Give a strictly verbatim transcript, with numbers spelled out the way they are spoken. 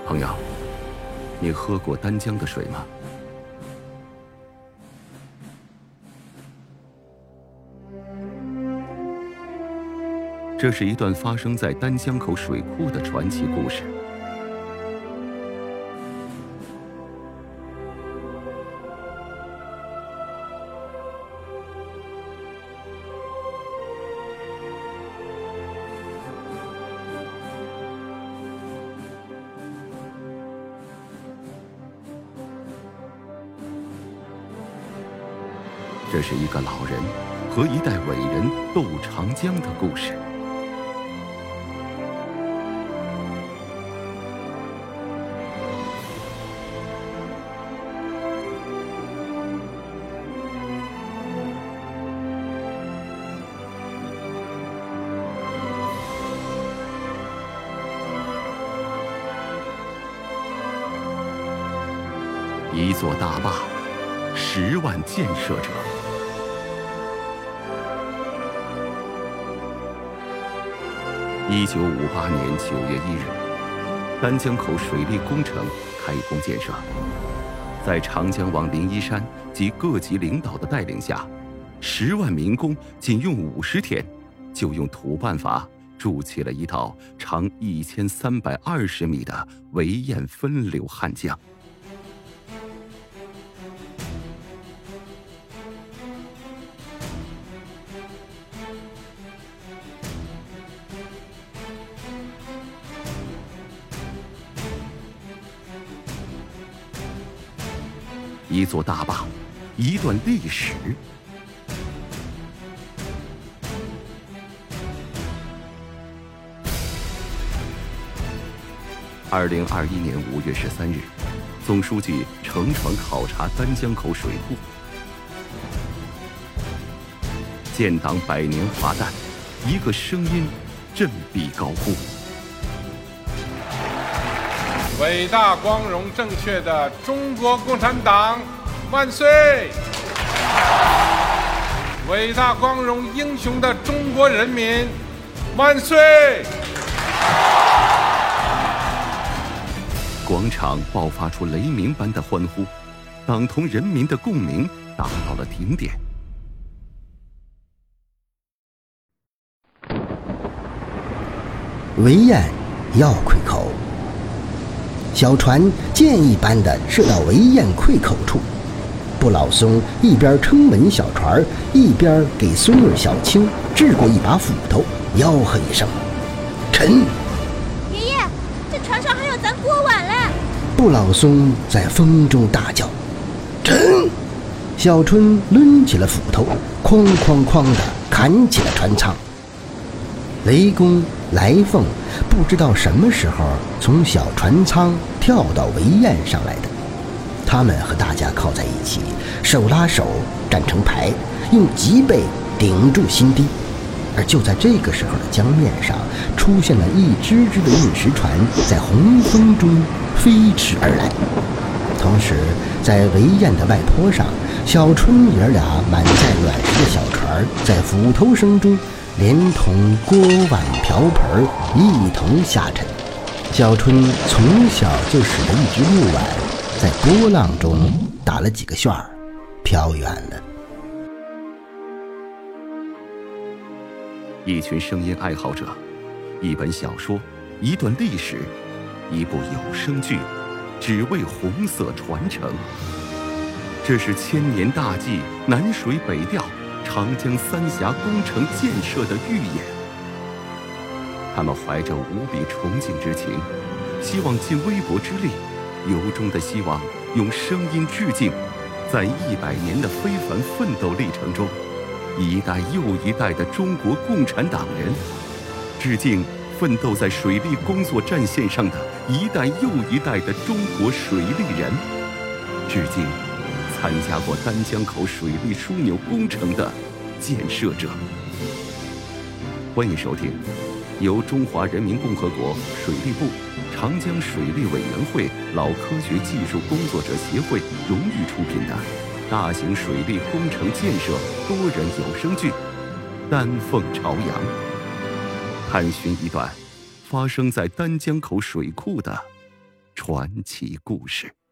朋友，你喝过丹江的水吗？这是一段发生在丹江口水库的传奇故事。这是一个老人和一代伟人斗长江的故事。一座大坝，十万建设者。一九五八年九月一日，丹江口水利工程开工建设。在长江王林一山及各级领导的带领下，十万民工仅用五十天，就用土办法筑起了一道长一千三百二十米的围堰分流汉江。一座大坝，一段历史。二零二一年五月十三日，总书记乘船考察丹江口水库，建党百年华诞，一个声音振臂高呼： 伟大、光荣、正确的中国共产党万岁！伟大、光荣、英雄的中国人民万岁！ 广场爆发出雷鸣般的欢呼，党同人民的共鸣达到了顶点。 围堰要溃口。小船箭一般的射到围堰溃口处，不老松一边撑稳小船，一边给孙儿小青掷过一把斧头，吆喝一声：“沉！” 爷爷，这船上还有咱锅碗嘞！ 不老松在风中大叫：“沉！”小春抡起了斧头，哐哐哐地砍起了船舱。雷公、来凤不知道什么时候从小船舱跳到围堰上来的，他们和大家靠在一起，手拉手站成排，用脊背顶住心堤。而就在这个时候的江面上，出现了一只只的运石船，在洪风中飞驰而来。同时，在围堰的外坡上，小春爷俩满载卵石的小船，在斧头声中连同锅碗瓢盆一同下沉。小春从小就使得一只木碗在波浪中打了几个旋儿，飘远了。 一群声音爱好者，一本小说，一段历史，一部有声剧，只为红色传承。这是千年大计，南水北调，长江三峡工程建设的预演。他们怀着无比崇敬之情，希望尽微薄之力，由衷的希望用声音致敬，在一百年的非凡奋斗历程中，一代又一代的中国共产党人，致敬奋斗在水利工作战线上的一代又一代的中国水利人，致敬参加过丹江口水利枢纽工程的建设者。欢迎收听由中华人民共和国水利部、长江水利委员会老科学技术工作者协会荣誉出品的大型水利工程建设多人有声剧《丹凤朝阳》，探寻一段发生在丹江口水库的传奇故事。